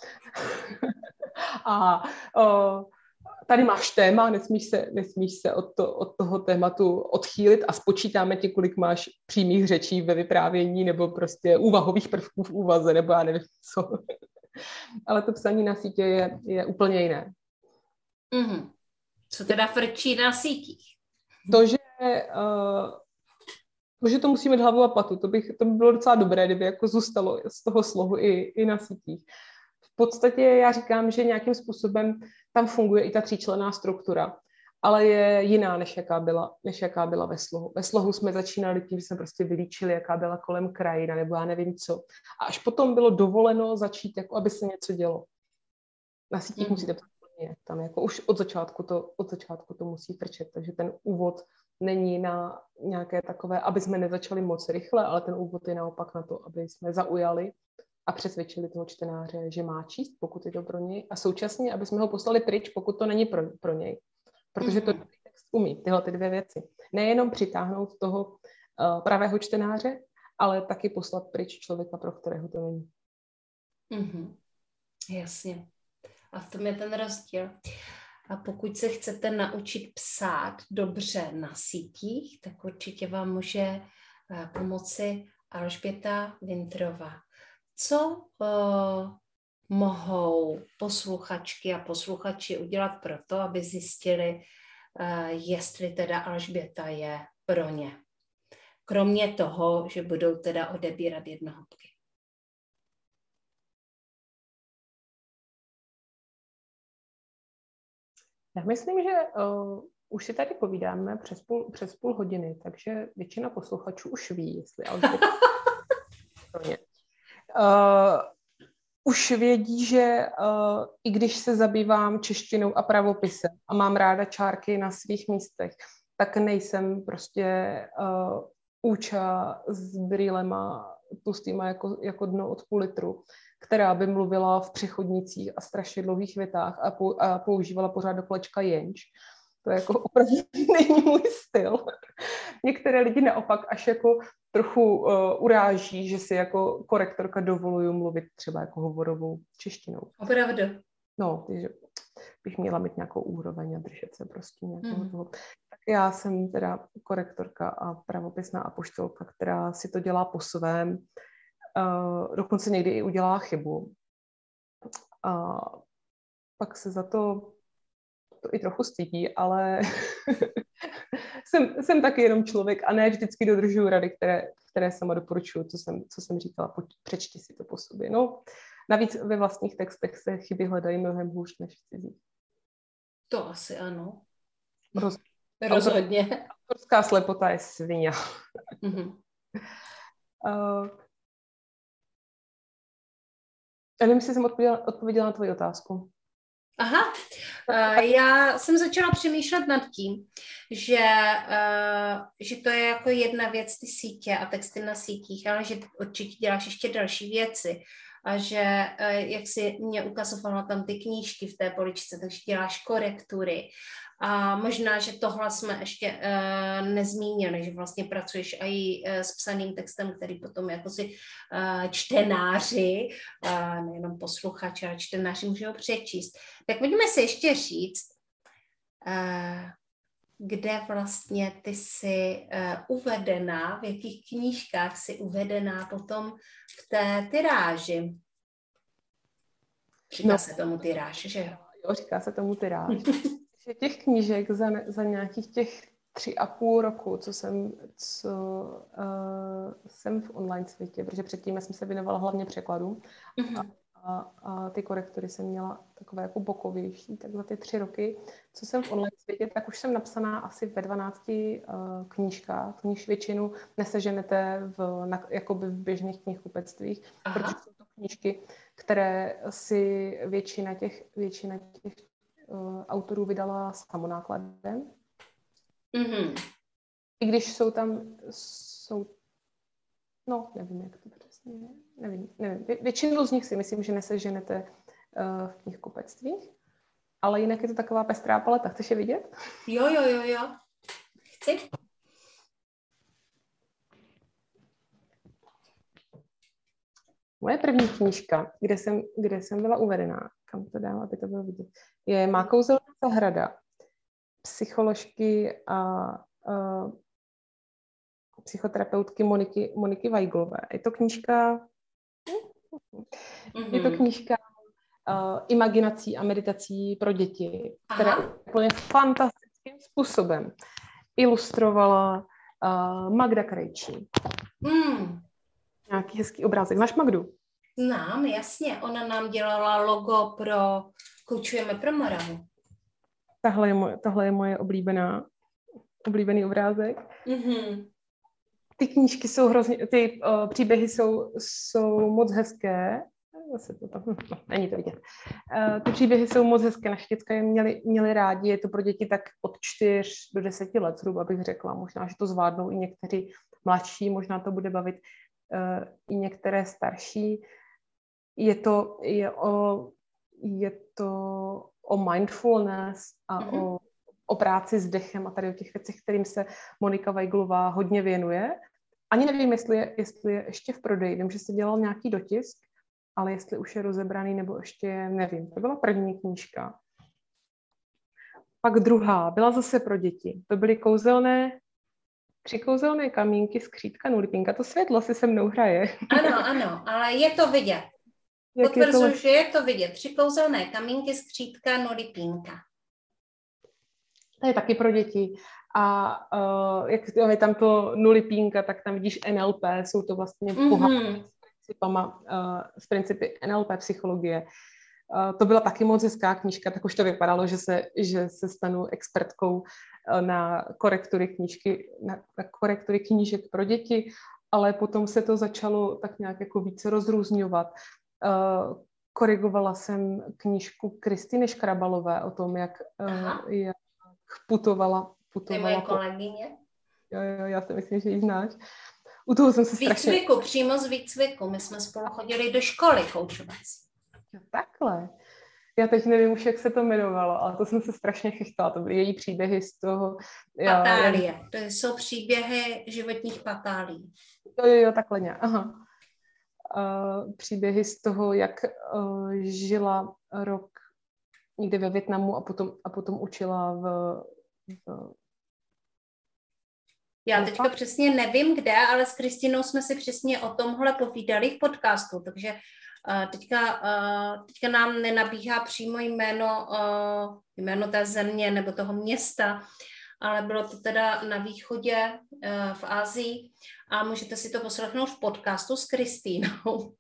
A o, tady máš téma, nesmíš se, nesmíš se od, to, od toho tématu odchýlit a spočítáme ti, kolik máš přímých řečí ve vyprávění nebo prostě úvahových prvků v úvaze, nebo já nevím co. Ale to psaní na sítě je, je úplně jiné. Mm-hmm. Co teda frčí na sítích? To, že, uh, to, že to musí mít hlavu a patu, to, bych, to by bylo docela dobré, kdyby jako zůstalo z toho slohu i, i na sítích. V podstatě já říkám, že nějakým způsobem tam funguje i ta tříčlenná struktura, ale je jiná, než jaká byla, než jaká byla ve slohu. Ve slohu jsme začínali tím, že jsme prostě vylíčili, jaká byla kolem krajina, nebo já nevím co. A až potom bylo dovoleno začít, jako aby se něco dělo. Na sítích mm. musíte tam jako už od začátku to, od začátku to musí frčet, takže ten úvod není na nějaké takové, aby jsme nezačali moc rychle, ale ten úvod je naopak na to, aby jsme zaujali a přesvědčili toho čtenáře, že má číst, pokud je to pro něj, a současně, aby jsme ho poslali pryč, pokud to není pro, pro něj. Protože to text umí, tyhle ty dvě věci. Nejenom přitáhnout toho uh, pravého čtenáře, ale taky poslat pryč člověka, pro kterého to není. Mm-hmm. Jasně. A v tom je ten rozdíl. A pokud se chcete naučit psát dobře na sítích, tak určitě vám může pomoci Alžběta Wintrová. Co uh, mohou posluchačky a posluchači udělat pro to, aby zjistili, uh, jestli teda Alžběta je pro ně? Kromě toho, že budou teda odebírat jednohubky. Já myslím, že uh, už si tady povídáme přes půl, přes půl hodiny, takže většina posluchačů už ví, jestli Alžběta pro ně. Uh, už vědí, že uh, i když se zabývám češtinou a pravopisem a mám ráda čárky na svých místech, tak nejsem prostě uh, úča s brýlema tlustýma jako, jako dno od půl litru, která by mluvila v přechodnicích a strašně dlouhých větách a, pou, a používala pořád do kolečka jenč. To jako opravdu není můj styl. Některé lidi naopak až jako trochu uh, uráží, že si jako korektorka dovoluju mluvit třeba jako hovorovou češtinou. Opravdu. No, takže bych měla mít nějakou úroveň a držet se prostě nějakého mm. toho. Tak já jsem teda korektorka a pravopisná apoštolka, která si to dělá po svém. Uh, dokonce někdy i udělá chybu. A pak se za to, to i trochu stydí, ale jsem, jsem taky jenom člověk a ne vždycky dodržuju rady, které, které sama doporučuju, co jsem, co jsem říkala, přečti si to po sobě. No, navíc ve vlastních textech se chyby hledají mnohem hůř než v cizích. To asi ano. Roz, Rozhodně. Horská slepota je svině. Mm-hmm. uh, nevím, jestli jsem odpověděla, odpověděla na tvoji otázku. Aha, uh, já jsem začala přemýšlet nad tím, že, uh, že to je jako jedna věc, ty sítě a texty na sítích, ale že určitě děláš ještě další věci a že, uh, jak jsi mě ukazovala tam ty knížky v té poličce, takže děláš korektury a možná, že tohle jsme ještě uh, nezmínili, že vlastně pracuješ i uh, s psaným textem, který potom jako si uh, čtenáři, uh, nejenom posluchači, ale čtenáři můžou přečíst. Tak pojďme si ještě říct, uh, kde vlastně ty jsi uh, uvedená, v jakých knížkách jsi uvedená potom v té tyráži. Říká no, se tomu tyráž, že jo? Jo, říká se tomu tyráž. Že těch knížek za, za nějakých těch tři a půl roku, co jsem, co, uh, jsem v online světě, protože předtím jsem se věnovala hlavně překladům mm-hmm. a, a, a ty korektory jsem měla takové jako bokovější, tak za ty tři roky, co jsem v online světě, tak už jsem napsaná asi ve dvanácti uh, knížkách, kníž většinu neseženete v, na, jakoby v běžných knihkupectvích, protože jsou to knížky, které si většina těch, většina těch uh, autorů vydala samonákladem. Mm-hmm. I když jsou tam, jsou, no, nevím, jak to přesně je, nevím, nevím. Vě, většinu z nich si myslím, že neseženete uh, v knihkupectvích, ale jinak je to taková pestrá paleta. Chceš je vidět? Jo, jo, jo, jo. Chci. Moje první knížka, kde jsem, kde jsem byla uvedená, kam to dám, aby to bylo vidět, je Má kouzelná zahrada psycholožky a, a psychoterapeutky Moniky, Moniky Weiglové. Je to knížka, mm-hmm. je to knížka uh, imaginací a meditací pro děti, která úplně fantastickým způsobem ilustrovala uh, Magda Krejčí. Mm. Nějaký hezký obrázek. Znáš Magdu? Znám, jasně. Ona nám dělala logo pro Koučujeme pro Moravu. Tahle je moje, tahle je moje oblíbená, oblíbený obrázek. Mm-hmm. Ty knížky jsou hrozně, ty uh, příběhy jsou, jsou moc hezké. Zase to tam, no, není to vidět. Uh, ty příběhy jsou moc hezké, naše děcka je měli, měli rádi, je to pro děti tak od čtyř do deseti let, zhruba bych řekla. Možná, že to zvládnou i někteří mladší, možná to bude bavit uh, i některé starší. Je to, je o, je to o mindfulness a mm-hmm. o, o práci s dechem a tady o těch věcech, kterým se Monika Weiglová hodně věnuje. Ani nevím, jestli je, jestli je ještě v prodeji. Vím, že se dělal nějaký dotisk, ale jestli už je rozebraný, nebo ještě nevím. To byla první knížka. Pak druhá byla zase pro děti. To byly kouzelné, tři kouzelné kamínky, skřítka, nulipinka. To světlo si se mnou hraje. Ano, ano, ale je to vidět. Potvrzuji, že je to vidět. Tři kouzelné kamínky, skřítka, nulipinka. To je taky pro děti. A uh, jak je tam to nulipínka, tak tam vidíš N L P, jsou to vlastně pohádky s principama, uh, s principy N L P psychologie. Uh, to byla taky moc hezká knížka, tak už to vypadalo, že se, že se stanu expertkou uh, na korektury knížky, na, na korektury knížek pro děti, ale potom se to začalo tak nějak jako více rozrůzňovat. Uh, korigovala jsem knížku Kristýny Škrabalové o tom, jak, uh, jak putovala. putovala to je moje kolegyně. Jo, jo, já si myslím, že ji znáš. U toho jsem se strašně... Výcviku, přímo z výcviku. My jsme spolu chodili do školy koučovací. Jo, takhle. Já teď nevím už, jak se to jmenovalo, ale to jsem se strašně chechtala. To byly její příběhy z toho... Patálie. Já... To jsou příběhy životních patálí. Jo, jo, jo, takhle nějak. Aha. Uh, příběhy z toho, jak uh, žila rok někde ve Vietnamu a potom, a potom učila v, v... Já teďka přesně nevím kde, ale s Kristinou jsme si přesně o tomhle povídali v podcastu, takže uh, teďka, uh, teďka nám nenabíhá přímo jméno, uh, jméno té země nebo toho města, ale bylo to teda na východě uh, v Asii a můžete si to poslechnout v podcastu s Kristýnou.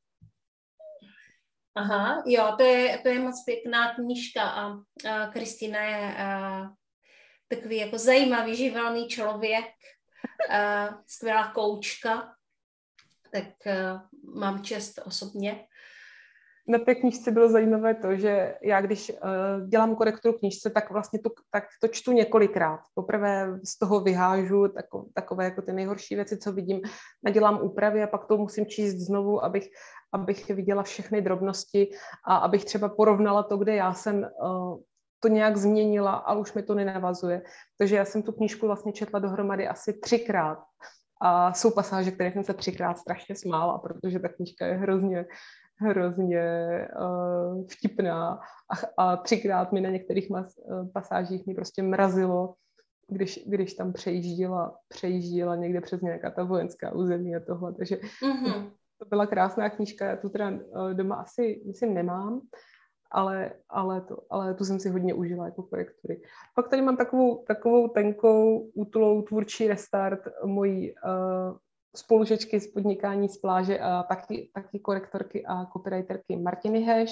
Aha, jo, to je, to je moc pěkná knížka a Kristýna je, a, takový jako zajímavý, živelný člověk, uh, skvělá koučka, tak uh, mám čest osobně. Na té knížce bylo zajímavé to, že já, když uh, dělám korekturu knížce, tak vlastně to, tak to čtu několikrát. Poprvé z toho vyhážu tako, takové jako ty nejhorší věci, co vidím, nadělám úpravy a pak to musím číst znovu, abych, abych viděla všechny drobnosti a abych třeba porovnala to, kde já jsem uh, to nějak změnila a už mi to nenavazuje. Takže já jsem tu knížku vlastně četla dohromady asi třikrát. A jsou pasáže, které jsem se třikrát strašně smála, protože ta knížka je hrozně hrozně uh, vtipná a, a třikrát mi na některých mas, uh, pasážích mi prostě mrazilo, když, když tam přejížděla, přejížděla někde přes nějaká ta vojenská území a tohle, takže mm-hmm. to, to byla krásná knížka, já tu teda uh, doma asi, myslím, nemám, ale, ale, to, ale tu jsem si hodně užila jako korektury. Pak tady mám takovou, takovou tenkou, útulou tvůrčí restart mojí uh, spolužečky z podnikání z pláže a taky, taky korektorky a copywriterky Martiny Heš.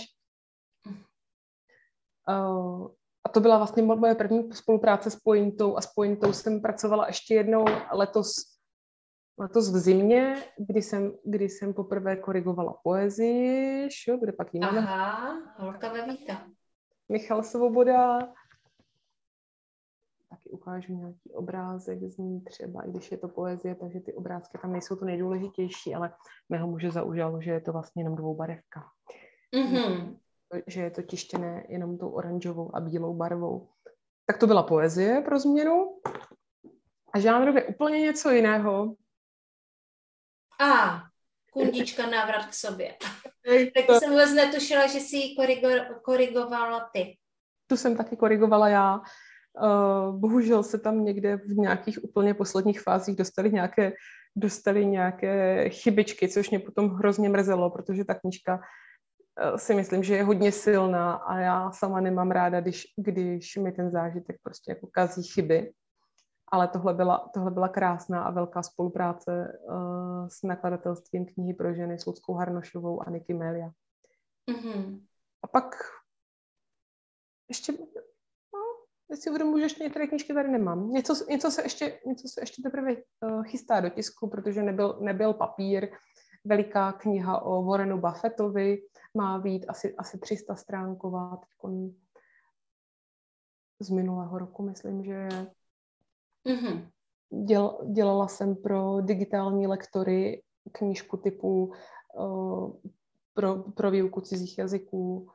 Uh, a to byla vlastně moje první spolupráce s Pointou a s Pointou jsem pracovala ještě jednou letos, letos v zimě, kdy jsem, kdy jsem poprvé korigovala poezii, šo, kde pak jí máme. Aha, holka ve víta. Michal Svoboda. Taky ukážu nějaký obrázek z ní třeba, i když je to poezie, takže ty obrázky tam nejsou to nejdůležitější, ale mého muže zaujalo, že je to vlastně jenom dvoubarevka. Mm-hmm. Že je to tištěné jenom tou oranžovou a bílou barvou. Tak to byla poezie pro změnu. A žánrově úplně něco jiného. A, kundička návrat k sobě. Tak jsem vůbec netušila, že si ji korigo- korigovala ty. Tu jsem taky korigovala já. Uh, bohužel se tam někde v nějakých úplně posledních fázích dostali nějaké, dostali nějaké chybičky, což mě potom hrozně mrzelo, protože ta knížka uh, si myslím, že je hodně silná a já sama nemám ráda, když, když mi ten zážitek prostě jako kazí chyby. Ale tohle byla, tohle byla krásná a velká spolupráce uh, s nakladatelstvím knihy pro ženy s Luckou Harnošovou a Niky Melia. Mm-hmm. A pak ještě... Teď si uvědomuji, že ještě některé knížky tady nemám. Něco, něco, se, ještě, něco se ještě teprve uh, chystá do tisku, protože nebyl, nebyl papír. Veliká kniha o Warrenu Buffettovi má být asi, asi tři sta stránková. Teďkon z minulého roku, myslím, že je. Mm-hmm. Děl, dělala jsem pro digitální lektory knížku typu uh, pro, pro výuku cizích jazyků.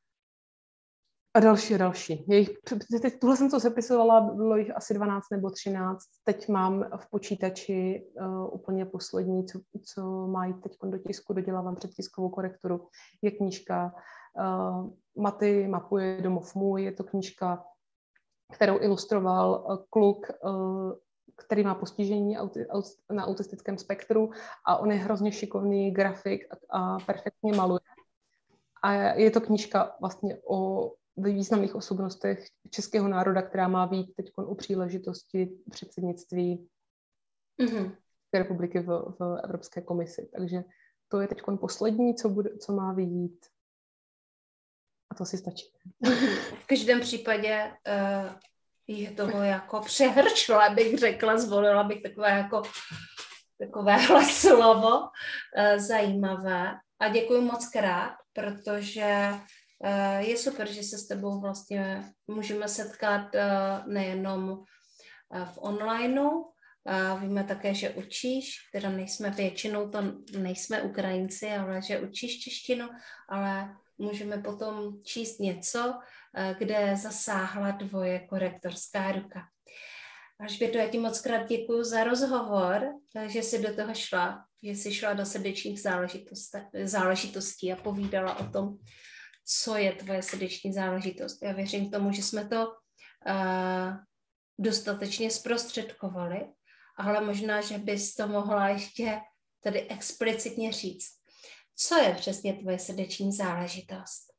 A další a další. Jejich, teď, tuhle jsem to sepisovala, bylo jich asi dvanáct nebo třináct. Teď mám v počítači uh, úplně poslední, co, co mají teď do tisku, dodělávám předtiskovou korekturu. Je knížka uh, Maty mapuje domov můj. Je to knížka, kterou ilustroval uh, kluk, uh, který má postižení auti, aut, na autistickém spektru a on je hrozně šikovný grafik a, a perfektně maluje. A je to knížka vlastně o významných osobnostech českého národa, která má být teď u příležitosti předsednictví mm-hmm. republiky v, v Evropské komisi. Takže to je teď poslední, co, bude, co má vyjít. A to si stačí. V každém případě uh, je toho jako přehršle, bych řekla, zvolila bych takové jako takovéhle slovo uh, zajímavé. A děkuji moc krát, protože uh, je super, že se s tebou vlastně můžeme setkat uh, nejenom uh, v onlineu. Uh, víme také, že učíš, teda nejsme většinou, to nejsme Ukrajinci, ale že učíš češtinu, ale můžeme potom číst něco, uh, kde zasáhla tvoje korektorská ruka. Alžběto, já ti moc krát děkuju za rozhovor, že jsi do toho šla, že jsi šla do srdečních záležitostí a povídala o tom, co je tvoje srdeční záležitost. Já věřím tomu, že jsme to uh, dostatečně zprostředkovali, ale možná, že bys to mohla ještě tady explicitně říct. Co je přesně tvoje srdeční záležitost?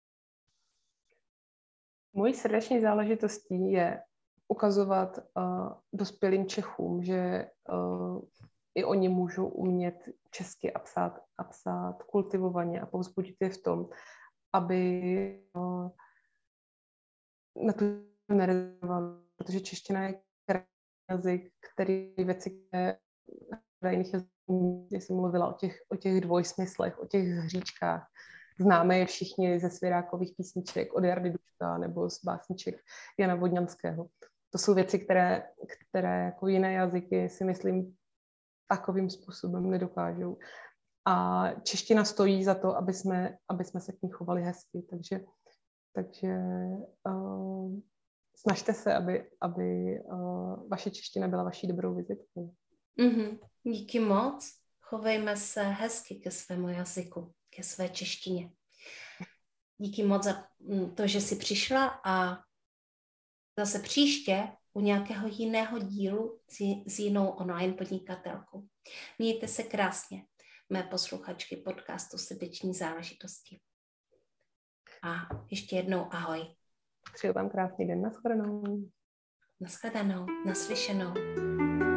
Mojí srdeční záležitostí je ukazovat uh, dospělým Čechům, že uh, i oni můžou umět česky a psát, a psát kultivovaně a povzbudit je v tom, aby uh, na to nerezovali protože čeština je jazyk, který věci, které na jiných jazyků, jsem mluvila o těch, o těch dvojsmyslech, o těch hříčkách. Známe je všichni ze svěrákových písniček od Jardy Duška nebo z básniček Jana Vodňanského. To jsou věci, které, které jako jiné jazyky si myslím takovým způsobem nedokážou. A čeština stojí za to, aby jsme, aby jsme se k ní chovali hezky. Takže, takže uh, snažte se, aby, aby uh, vaše čeština byla vaší dobrou vizitkou. Mm-hmm. Díky moc. Chovejme se hezky ke svému jazyku, ke své češtině. Díky moc za to, že jsi přišla a zase příště u nějakého jiného dílu s jinou online podnikatelkou. Mějte se krásně, mé posluchačky podcastu Srdeční záležitosti. A ještě jednou ahoj. Přeju vám krásný den, nashledanou. Nashledanou, naslyšenou.